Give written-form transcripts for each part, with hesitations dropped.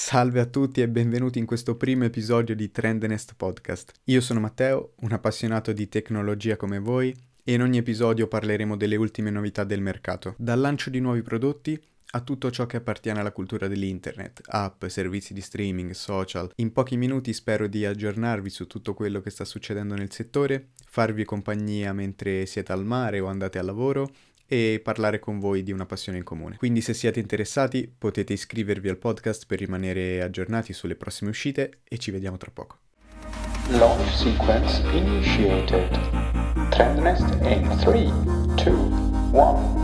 Salve a tutti e benvenuti in questo primo episodio di Trendnest Podcast. Io sono Matteo, un appassionato di tecnologia come voi, e in ogni episodio parleremo delle ultime novità del mercato, dal lancio di nuovi prodotti a tutto ciò che appartiene alla cultura dell'internet, app, servizi di streaming, social. In pochi minuti spero di aggiornarvi su tutto quello che sta succedendo nel settore, farvi compagnia mentre siete al mare o andate al lavoro e parlare con voi di una passione in comune. Quindi se siete interessati potete iscrivervi al podcast per rimanere aggiornati sulle prossime uscite e ci vediamo tra poco. Launch sequence initiated. Trendnest in 3, 2, 1.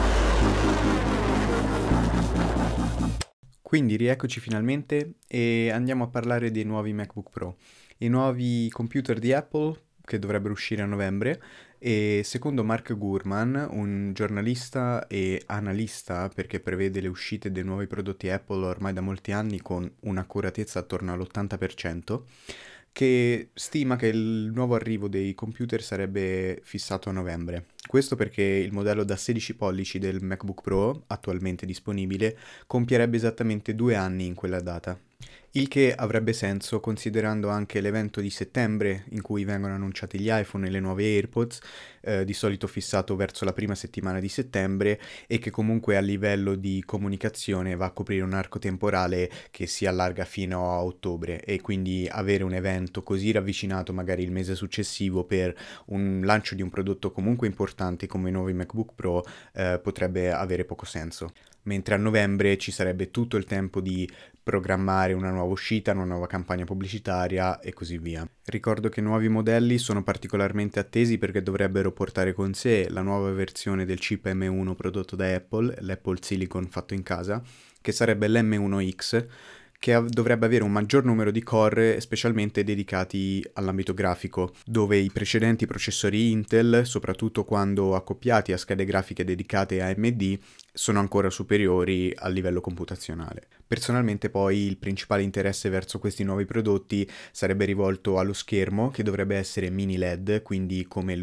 Quindi rieccoci finalmente e andiamo a parlare dei nuovi MacBook Pro, i nuovi computer di Apple che dovrebbero uscire a novembre e secondo Mark Gurman, un giornalista e analista perché prevede le uscite dei nuovi prodotti Apple ormai da molti anni con un'accuratezza attorno all'80%, che stima che il nuovo arrivo dei computer sarebbe fissato a novembre. Questo perché il modello da 16 pollici del MacBook Pro, attualmente disponibile, compierebbe esattamente 2 anni in quella data. Il che avrebbe senso considerando anche l'evento di settembre in cui vengono annunciati gli iPhone e le nuove AirPods, di solito fissato verso la prima settimana di settembre e che comunque a livello di comunicazione va a coprire un arco temporale che si allarga fino a ottobre e quindi avere un evento così ravvicinato magari il mese successivo per un lancio di un prodotto comunque importante come i nuovi MacBook Pro potrebbe avere poco senso. Mentre a novembre ci sarebbe tutto il tempo di programmare una nuova uscita, una nuova campagna pubblicitaria e così via. Ricordo che nuovi modelli sono particolarmente attesi perché dovrebbero portare con sé la nuova versione del chip M1 prodotto da Apple, l'Apple Silicon fatto in casa, che sarebbe l'M1X, che dovrebbe avere un maggior numero di core specialmente dedicati all'ambito grafico, dove i precedenti processori Intel, soprattutto quando accoppiati a schede grafiche dedicate a AMD, sono ancora superiori a livello computazionale. Personalmente poi il principale interesse verso questi nuovi prodotti sarebbe rivolto allo schermo, che dovrebbe essere mini LED, quindi come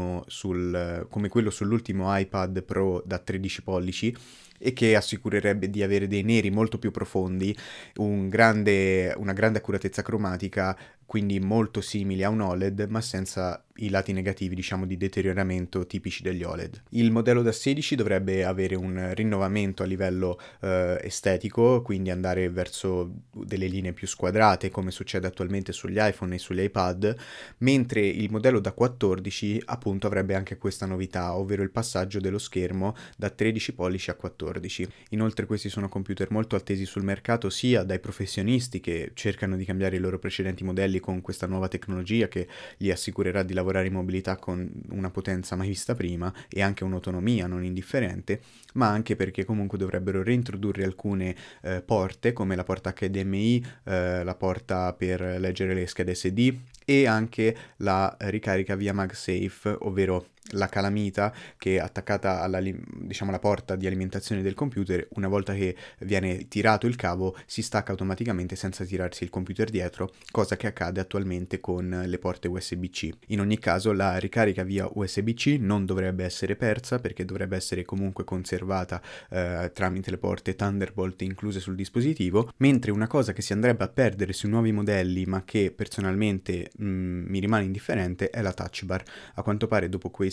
come quello sull'ultimo iPad Pro da 13 pollici, e che assicurerebbe di avere dei neri molto più profondi, una grande accuratezza cromatica, quindi molto simili a un OLED, ma senza i lati negativi, diciamo, di deterioramento tipici degli OLED. Il modello da 16 dovrebbe avere un rinnovamento a livello estetico, quindi andare verso delle linee più squadrate, come succede attualmente sugli iPhone e sugli iPad, mentre il modello da 14 appunto avrebbe anche questa novità, ovvero il passaggio dello schermo da 13 pollici a 14. Inoltre questi sono computer molto attesi sul mercato sia dai professionisti che cercano di cambiare i loro precedenti modelli con questa nuova tecnologia che gli assicurerà di lavorare in mobilità con una potenza mai vista prima e anche un'autonomia non indifferente, ma anche perché comunque dovrebbero reintrodurre alcune porte come la porta HDMI, la porta per leggere le schede SD e anche la ricarica via MagSafe, ovvero la calamita che è attaccata alla porta di alimentazione del computer, una volta che viene tirato il cavo si stacca automaticamente senza tirarsi il computer dietro, cosa che accade attualmente con le porte USB-C. In ogni caso la ricarica via USB-C non dovrebbe essere persa perché dovrebbe essere comunque conservata tramite le porte Thunderbolt incluse sul dispositivo, mentre una cosa che si andrebbe a perdere sui nuovi modelli ma che personalmente mi rimane indifferente è la touch bar. A quanto pare dopo questi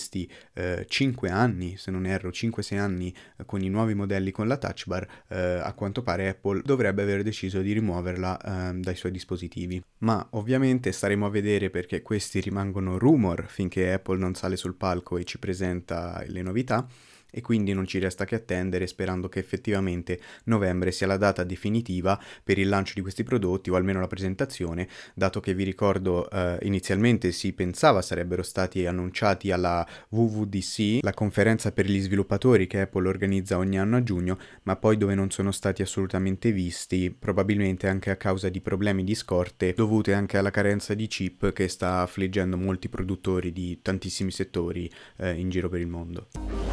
5 anni, se non erro 5-6 anni con i nuovi modelli con la touch bar, a quanto pare Apple dovrebbe aver deciso di rimuoverla dai suoi dispositivi. Ma ovviamente staremo a vedere perché questi rimangono rumor finché Apple non sale sul palco e ci presenta le novità. E quindi non ci resta che attendere sperando che effettivamente novembre sia la data definitiva per il lancio di questi prodotti o almeno la presentazione, dato che vi ricordo inizialmente si pensava sarebbero stati annunciati alla WWDC, la conferenza per gli sviluppatori che Apple organizza ogni anno a giugno, ma poi dove non sono stati assolutamente visti, probabilmente anche a causa di problemi di scorte dovute anche alla carenza di chip che sta affliggendo molti produttori di tantissimi settori in giro per il mondo.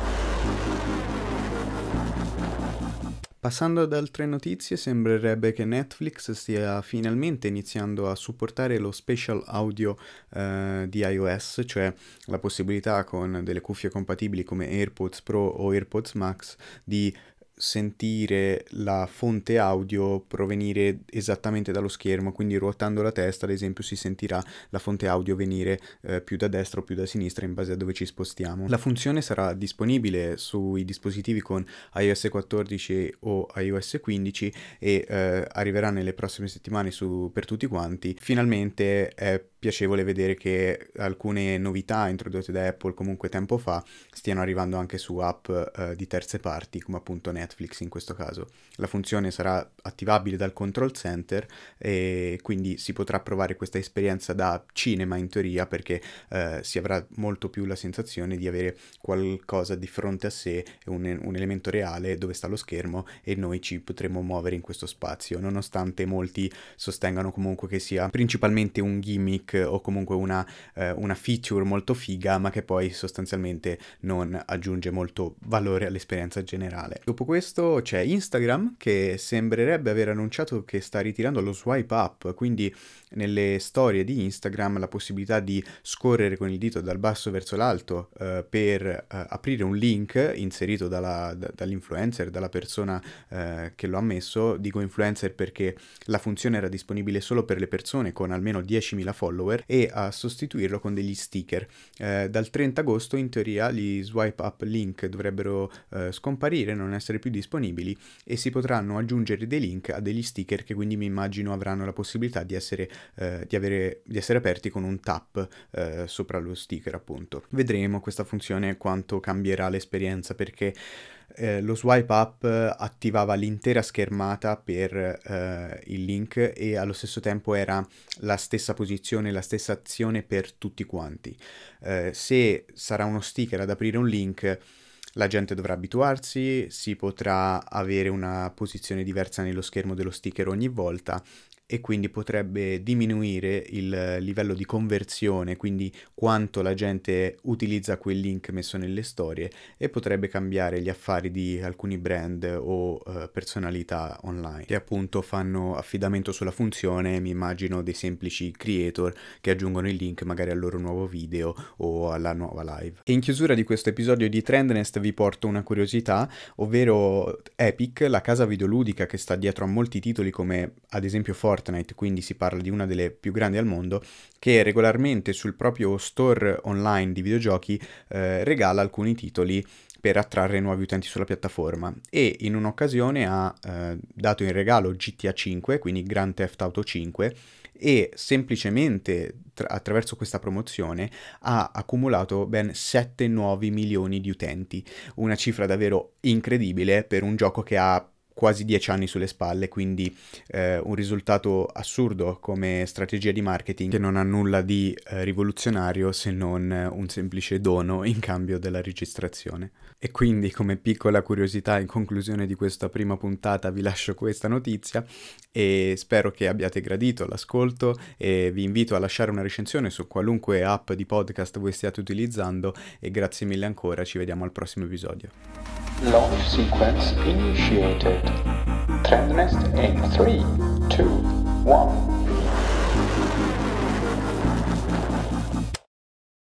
Passando ad altre notizie, sembrerebbe che Netflix stia finalmente iniziando a supportare lo spatial audio di iOS, cioè la possibilità con delle cuffie compatibili come AirPods Pro o AirPods Max di sentire la fonte audio provenire esattamente dallo schermo, quindi ruotando la testa ad esempio si sentirà la fonte audio venire più da destra o più da sinistra in base a dove ci spostiamo. La funzione sarà disponibile sui dispositivi con iOS 14 o iOS 15 e arriverà nelle prossime settimane per tutti quanti. Finalmente è piacevole vedere che alcune novità introdotte da Apple comunque tempo fa stiano arrivando anche su app di terze parti, come appunto Netflix in questo caso. La funzione sarà attivabile dal control center e quindi si potrà provare questa esperienza da cinema in teoria, perché si avrà molto più la sensazione di avere qualcosa di fronte a sé, un elemento reale dove sta lo schermo e noi ci potremo muovere in questo spazio, nonostante molti sostengano comunque che sia principalmente un gimmick o comunque una feature molto figa, ma che poi sostanzialmente non aggiunge molto valore all'esperienza generale. Dopo questo c'è Instagram, che sembrerebbe aver annunciato che sta ritirando lo swipe up, quindi nelle storie di Instagram la possibilità di scorrere con il dito dal basso verso l'alto per aprire un link inserito dall'influencer, dalla persona che lo ha messo. Dico influencer perché la funzione era disponibile solo per le persone con almeno 10.000 follower, e a sostituirlo con degli sticker. Dal 30 agosto in teoria gli swipe up link dovrebbero scomparire, non essere più disponibili, e si potranno aggiungere dei link a degli sticker che quindi mi immagino avranno la possibilità di essere aperti con un tap sopra lo sticker, appunto. Vedremo questa funzione quanto cambierà l'esperienza, perché lo swipe up attivava l'intera schermata per il link e allo stesso tempo era la stessa posizione, la stessa azione per tutti quanti. Se sarà uno sticker ad aprire un link, la gente dovrà abituarsi, si potrà avere una posizione diversa nello schermo dello sticker ogni volta e quindi potrebbe diminuire il livello di conversione, quindi quanto la gente utilizza quel link messo nelle storie, e potrebbe cambiare gli affari di alcuni brand o personalità online che appunto fanno affidamento sulla funzione. Mi immagino dei semplici creator che aggiungono il link magari al loro nuovo video o alla nuova live. E in chiusura di questo episodio di Trendnest vi porto una curiosità, ovvero Epic, la casa videoludica che sta dietro a molti titoli come ad esempio Fortnite, quindi si parla di una delle più grandi al mondo, che regolarmente sul proprio store online di videogiochi regala alcuni titoli per attrarre nuovi utenti sulla piattaforma, e in un'occasione ha dato in regalo GTA 5, quindi Grand Theft Auto 5, e semplicemente attraverso questa promozione ha accumulato ben 7 nuovi milioni di utenti, una cifra davvero incredibile per un gioco che ha quasi 10 anni sulle spalle, quindi un risultato assurdo come strategia di marketing che non ha nulla di rivoluzionario se non un semplice dono in cambio della registrazione. E quindi, come piccola curiosità in conclusione di questa prima puntata, vi lascio questa notizia e spero che abbiate gradito l'ascolto, e vi invito a lasciare una recensione su qualunque app di podcast voi stiate utilizzando, e grazie mille ancora, ci vediamo al prossimo episodio. Launch sequence initiated. Trendnest in 3, 2, 1.